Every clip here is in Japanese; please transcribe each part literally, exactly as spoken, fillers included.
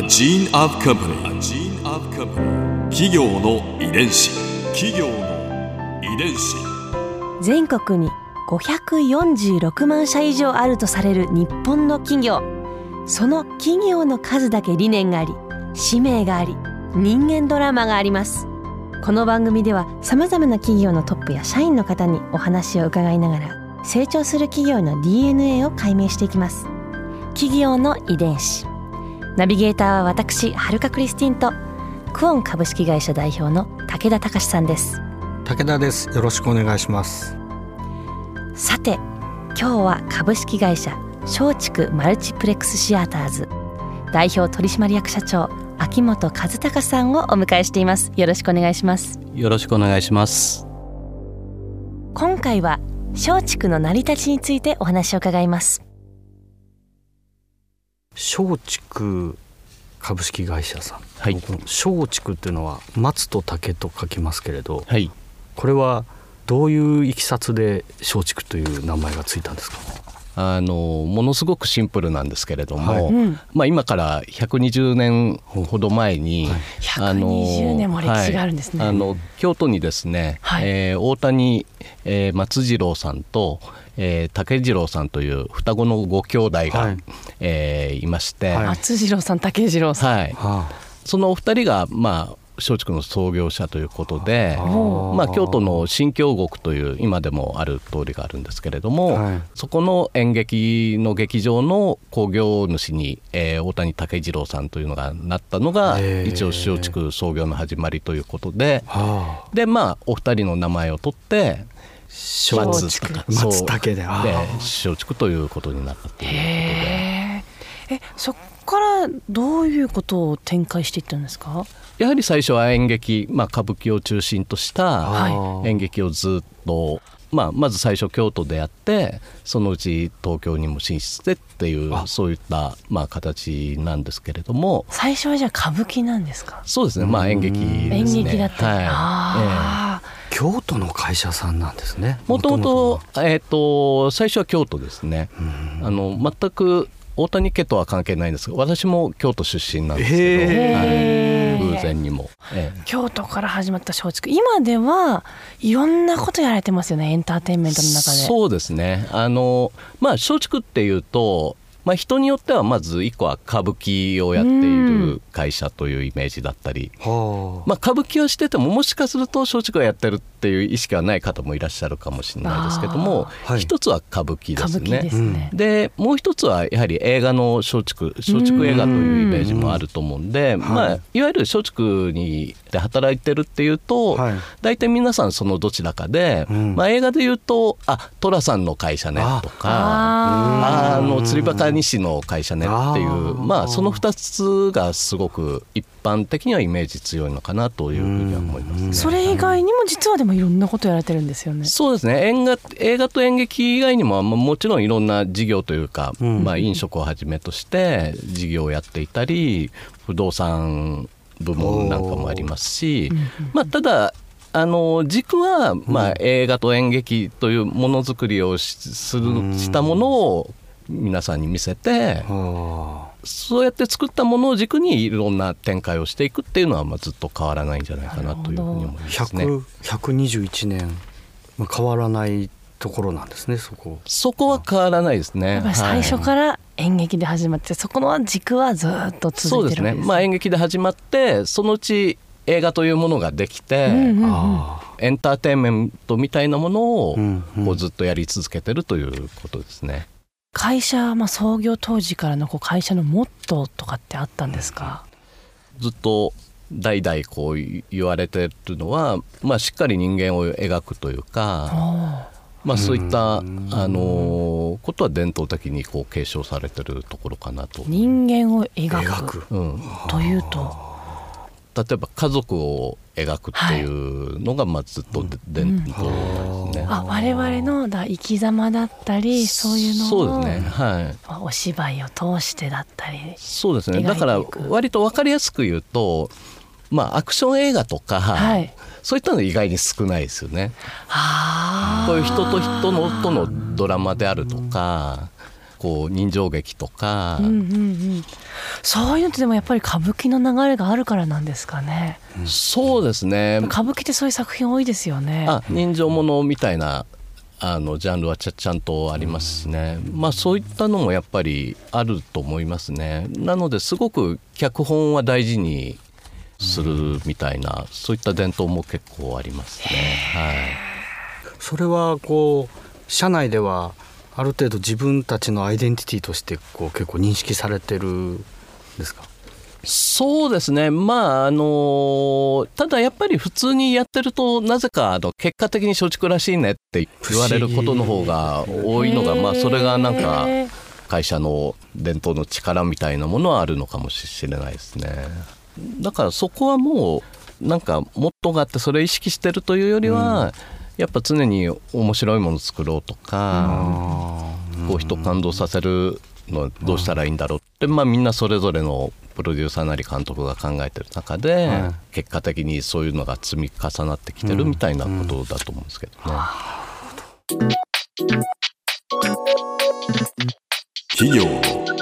gene of company. A gene of company. 企業の遺伝子。企業の遺伝子。 全国にごひゃくよんじゅうろくまんしゃ以上あるとされる日本の企業。その企業の数だけ理念があり、使命があり、人間ドラマがあります。この番組ではさまざまな企業のトップや社員の方にお話を伺いながら、成長する企業の ディーエヌエー を解明していきます。企業の遺伝子。ナビゲーターは私、はるかクリスティンとクオン株式会社代表の武田隆さんです。 武田です。よろしくお願いします。 さて、今日は株式会社松竹マルチプレックスシアターズ代表取締役社長秋元和孝さんをお迎えしています。よろしくお願いします。 よろしくお願いします。 今回は松竹の成り立ちについてお話を伺います。 松竹株式会社さん、 はい、 松竹っていうのは松と竹と書きますけれど、 はい、 これはどういういきさつで松竹という名前がついたんですか？ あのものすごくシンプルなんですけれども、 はいうんまあ、今からひゃくにじゅうねんほど前に、はい、 ひゃくにじゅうねんも歴史があるんですね。 はい、あの京都にですね、はいえー、大谷、えー、松次郎さんと、えー、竹次郎さんという双子のご兄弟が、はいえー、いまして、はい、 松次郎さん竹次郎さん、 はいはあ、そのお二人がまあ松竹の創業者ということで、まあ、京都の新京極という今でもある通りがあるんですけれども、はい、そこの演劇の劇場の興行主に、えー、大谷竹次郎さんというのがなったのが一応松竹創業の始まりということで、でまあお二人の名前を取って松竹松竹でで松竹ということになったということで、 えそこからどういうことを展開していったんですか？ やはり最初は演劇、まあ、歌舞伎を中心とした演劇をずっと、まあ、まず最初京都でやって、そのうち東京にも進出してっていうそういった、まあ、形なんですけれども。 最初はじゃあ歌舞伎なんですか？ そうですね、まあ、演劇ですね。 演劇だった、はい、 あ、えー、京都の会社さんなんですね。 もともと、えーと、最初は京都ですね。あの全く大谷家とは関係ないんですが、私も京都出身なんですけど、はい、偶然にも、ええ、 京都から始まった松竹、今ではいろんなことやられてますよね、エンターテインメントの中で。 そうですね、あの、まあ、松竹っていうと、まあ、人によってはまず一個は歌舞伎をやっている会社というイメージだったり、まあ、歌舞伎をしててももしかすると松竹をやってるっていう意識はない方もいらっしゃるかもしれないですけども、はい、一つは歌舞伎ですね。 歌舞伎ですね。 でもう一つはやはり映画の松竹松竹映画というイメージもあると思うんで、まあ、いわゆる松竹にで働いてるっていうと、はい、大体皆さんそのどちらかで、うんまあ、映画でいうとあ寅さんの会社ねとかああの釣りバカ西の会社ねっていう、まあ、そのふたつがすごく一般的にはイメージ強いのかなというふうには思いますね。 それ以外にも実はでもいろんなことやられてるんですよね。 そうですね、映画、映画と演劇以外にももちろんいろんな事業というか、うんまあ、飲食をはじめとして事業をやっていたり不動産部門なんかもありますし、まあ、ただあの軸は、まあ、映画と演劇というものづくりを し, するしたものを皆さんに見せて、そうやって作ったものを軸にいろんな展開をしていくっていうのは、まあ、ずっと変わらないんじゃないかなというふうに思いますね。 ひゃくにじゅういちねん、まあ、変わらないところなんですね。そこそこは変わらないですね。 やっぱり最初から演劇で始まって、はい、そこの軸はずっと続いてるわけですね。そうですね、 まあ、演劇で始まってそのうち映画というものができて、うんうんうん、エンターテインメントみたいなものをこうずっとやり続けてるということですね。 会社、まあ、創業当時からのこう会社のモットーとかってあったんですか？ ずっと代々こう言われてるのは、まあ、しっかり人間を描くというか、まあ、そういったあのことは伝統的にこう継承されてるところかなと。 人間を描く、 描く、うん、 というと例えば家族を描くっていうのがまあずっと伝統ですね、うん、 あ我々のだ生き様だったりそういうのをそうですね、はい、 お芝居を通してだったりそうですね。だから割と分かりやすく言うと、まあ、アクション映画とか、はい、そういったの意外に少ないですよね。こういう人と人のとのドラマであるとか、 こう人情劇とか、 うんうんうん、そういうのってでもやっぱり歌舞伎の流れがあるからなんですかね。 うん、そうですね。 歌舞伎ってそういう作品多いですよね。 あ、人情ものみたいなあのジャンルは ちゃ, ちゃんとありますしね、うん、まあそういったのもやっぱりあると思いますね。なのですごく脚本は大事にするみたいな、うん、そういった伝統も結構ありますね。はい、 それはこう社内ではある程度自分たちのアイデンティティとしてこう結構認識されてるんですか？ そうですね、まああのただやっぱり普通にやってるとなぜかあの結果的に松竹らしいねって言われることの方が多いのが、まあそれがなんか会社の伝統の力みたいなものはあるのかもしれないですね。だからそこはもうなんかモットーがあってそれを意識してるというよりは、うん、やっぱ常に面白いものを作ろうとか、こう人を感動させるのどうしたらいいんだろうって、まあ、みんなそれぞれのプロデューサーなり監督が考えてる中で、はい、結果的にそういうのが積み重なってきてるみたいなことだと思うんですけどね。 うんうん、企業の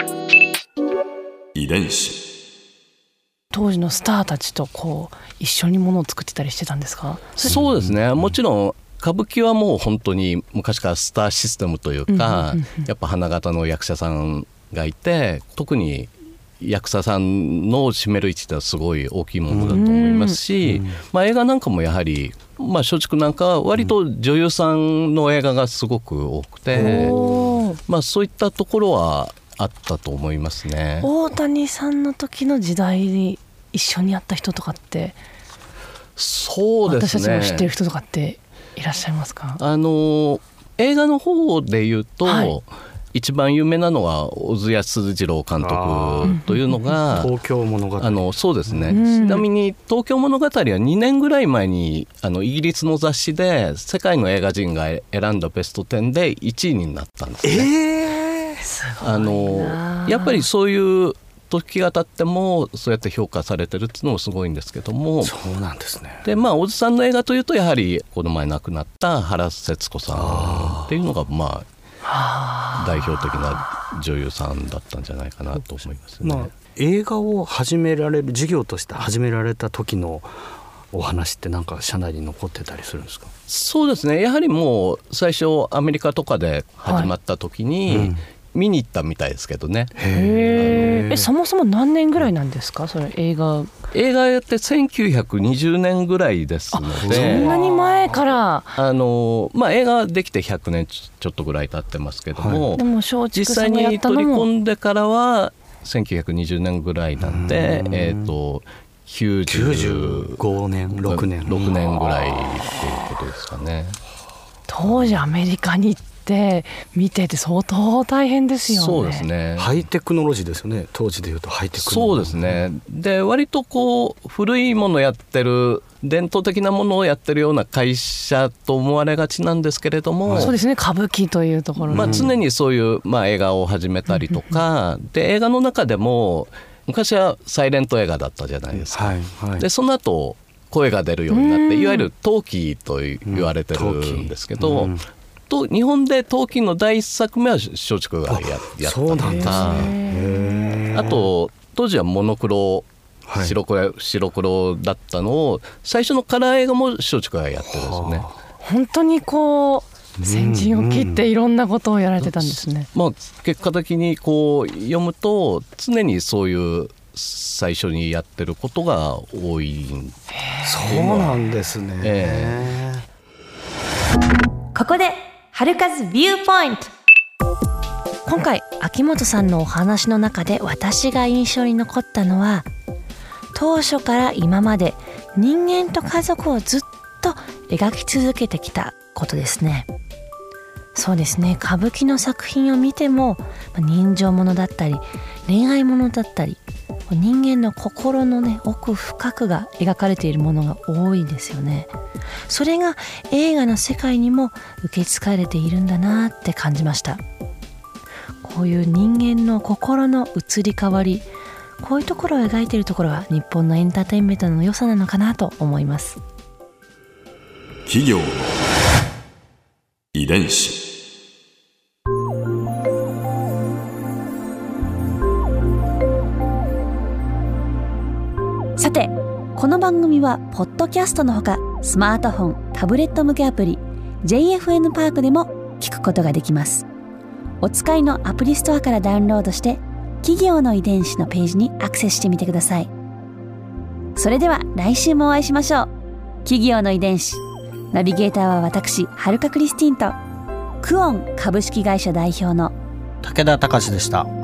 遺伝子。 当時のスターたちとこう一緒にものを作ってたりしてたんですか？ そうですね、もちろん歌舞伎はもう本当に昔からスターシステムというか、うんうんうん、やっぱ花形の役者さんがいて、特に役者さんの占める位置ってのはすごい大きいものだと思いますし、うんうん、まあ、映画なんかもやはり、まあ、松竹なんかは割と女優さんの映画がすごく多くて、うん、まあ、そういったところはあったと思いますね。 大谷さんの時の時代に一緒にやった人とかって、 そうですね、 私たちの知ってる人とかっていらっしゃいますか？ あの映画の方でいうと、はい、一番有名なのは小津安二郎監督というのが東京物語。 あのそうですね、うん、ちなみに東京物語はにねんぐらい前にあのイギリスの雑誌で世界の映画人が選んだベストじゅうでいちいになったんですね。 えー、すごいな。あのやっぱりそういう時が経ってもそうやって評価されてるっていうのもすごいんですけども。 そうなんですね。 で、まあ小津さんの映画というとやはりこの前亡くなった原節子さんっていうのがまあ代表的な女優さんだったんじゃないかなと思いますね。 まあ、映画を始められる事業として始められた時のお話ってなんか社内に残ってたりするんですか？ そうですね、やはりもう最初アメリカとかで始まった時に、はい、うん、見に行ったみたいですけどね。 へえ、そもそも何年ぐらいなんですか？それ映画映画やってせんきゅうひゃくにじゅうねんぐらいですので、 そんなに前からあの、まあ、映画できてひゃくねんちょっとぐらい経ってますけども、はい、 でも松竹実際に取り込んでからはせんきゅうひゃくにじゅうねんぐらいなんで、えーときゅうじゅうごねんろくねんろくねんぐらいっていうことですかね。 当時アメリカに行って見てて相当大変ですよね。 そうですね、 ハイテクノロジーですよね、当時でいうと。ハイテクノロジー、 そうですね。で割とこう古いものやってる伝統的なものをやってるような会社と思われがちなんですけれども、 そうですね、歌舞伎というところ、 まあ、常にそういう、まあ、映画を始めたりとかで、映画の中でも昔はサイレント映画だったじゃないですか、はいはい、でその後声が出るようになっていわゆるトーキーと言われてるんですけど、うん、と日本でトーキーの第一作目は松竹が や, やったとか、あと当時はモノクロ白黒、はい、白黒だったのを最初のカラー映画も松竹がやってるんですよね。 本当にこう先陣を切っていろんなことをやられてたんですね。 まあ、結果的にこう読むと常にそういう最初にやってることが多い。 そうなんですね、えー、ここで春風ビューポイント。今回秋元さんのお話の中で私が印象に残ったのは、当初から今まで人間と家族をずっと描き続けてきたことですね。そうですね、歌舞伎の作品を見ても人情ものだったり恋愛ものだったり人間の心のね奥深くが描かれているものが多いですよね。それが映画の世界にも受け継がれているんだなって感じました。こういう人間の心の移り変わり、こういうところを描いているところは日本のエンターテインメントの良さなのかなと思います。 企業の遺伝子。 この番組はポッドキャストのほかスマートフォン、タブレット向けアプリ ジェイエフエヌ パークでも聞くことができます。お使いのアプリストアからダウンロードして企業の遺伝子のページにアクセスしてみてください。それでは来週もお会いしましょう。企業の遺伝子、ナビゲーターは私はるかクリスティンとクオン株式会社代表の武田隆でした。